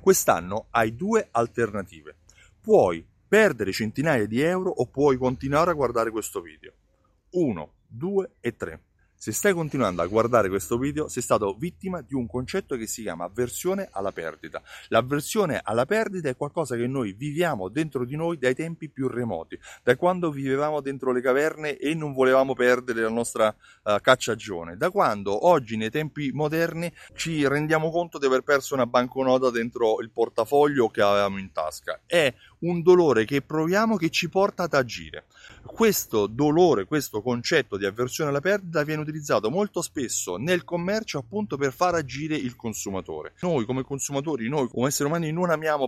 Quest'anno hai due alternative. Puoi perdere centinaia di euro o puoi continuare a guardare questo video. 1, 2 e 3. Se stai continuando a guardare questo video, sei stato vittima di un concetto che si chiama avversione alla perdita. L'avversione alla perdita è qualcosa che noi viviamo dentro di noi dai tempi più remoti, da quando vivevamo dentro le caverne e non volevamo perdere la nostra cacciagione, da quando oggi nei tempi moderni ci rendiamo conto di aver perso una banconota dentro il portafoglio che avevamo in tasca. È un dolore che proviamo che ci porta ad agire. Questo dolore, questo concetto di avversione alla perdita viene utilizzato molto spesso nel commercio appunto per far agire il consumatore. Noi come consumatori, noi come esseri umani non amiamo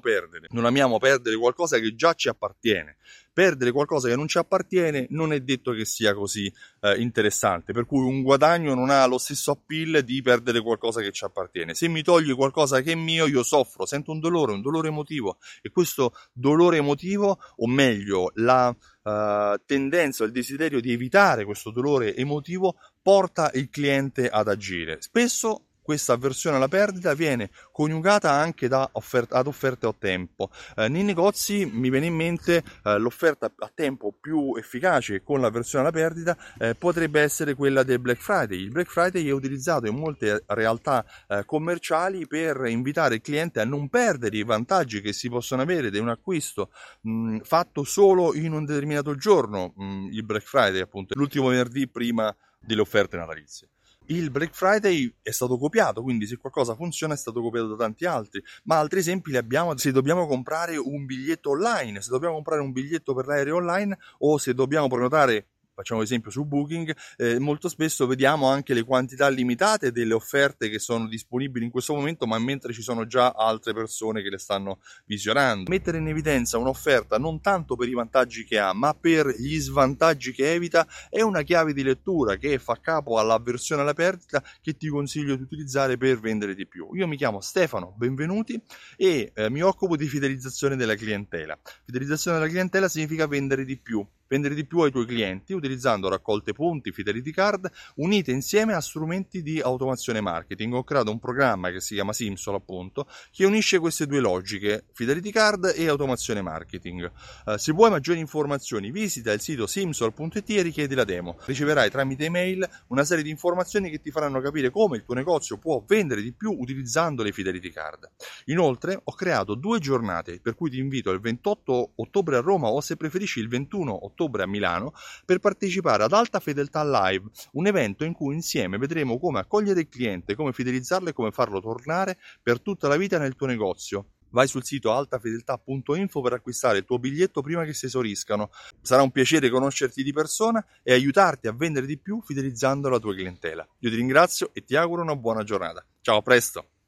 perdere qualcosa che già ci appartiene. Perdere qualcosa che non ci appartiene non è detto che sia così interessante, per cui un guadagno non ha lo stesso appeal di perdere qualcosa che ci appartiene. Se mi togli qualcosa che è mio, io soffro, sento un dolore emotivo, e questo dolore emotivo, o meglio la tendenza o il desiderio di evitare questo dolore emotivo, porta il cliente ad agire. Spesso questa avversione alla perdita viene coniugata anche ad offerte a tempo. Nei negozi mi viene in mente l'offerta a tempo più efficace con l'avversione alla perdita potrebbe essere quella del Black Friday. Il Black Friday è utilizzato in molte realtà commerciali per invitare il cliente a non perdere i vantaggi che si possono avere da un acquisto fatto solo in un determinato giorno. Il Black Friday, appunto, l'ultimo venerdì prima delle offerte natalizie. Il Black Friday è stato copiato, quindi se qualcosa funziona è stato copiato da tanti altri, ma altri esempi li abbiamo se dobbiamo comprare un biglietto online, se dobbiamo comprare un biglietto per l'aereo online o se dobbiamo prenotare, facciamo esempio su Booking, molto spesso vediamo anche le quantità limitate delle offerte che sono disponibili in questo momento, ma mentre ci sono già altre persone che le stanno visionando. Mettere in evidenza un'offerta non tanto per i vantaggi che ha, ma per gli svantaggi che evita, è una chiave di lettura che fa capo all'avversione alla perdita che ti consiglio di utilizzare per vendere di più. Io mi chiamo Stefano, benvenuti, e mi occupo di fidelizzazione della clientela. Fidelizzazione della clientela significa vendere di più ai tuoi clienti utilizzando raccolte punti, fidelity card, unite insieme a strumenti di automazione marketing. Ho creato un programma che si chiama Simsol, appunto, che unisce queste due logiche, fidelity card e automazione marketing. Se vuoi maggiori informazioni, visita il sito simsol.it e richiedi la demo. Riceverai tramite email una serie di informazioni che ti faranno capire come il tuo negozio può vendere di più utilizzando le fidelity card. Inoltre ho creato 2 giornate, per cui ti invito il 28 ottobre a Roma o, se preferisci, il 21 ottobre a Milano, per partecipare ad Alta Fedeltà Live, un evento in cui insieme vedremo come accogliere il cliente, come fidelizzarlo e come farlo tornare per tutta la vita nel tuo negozio. Vai sul sito altafedeltà.info per acquistare il tuo biglietto prima che si esauriscano. Sarà un piacere conoscerti di persona e aiutarti a vendere di più fidelizzando la tua clientela. Io ti ringrazio e ti auguro una buona giornata. Ciao, a presto!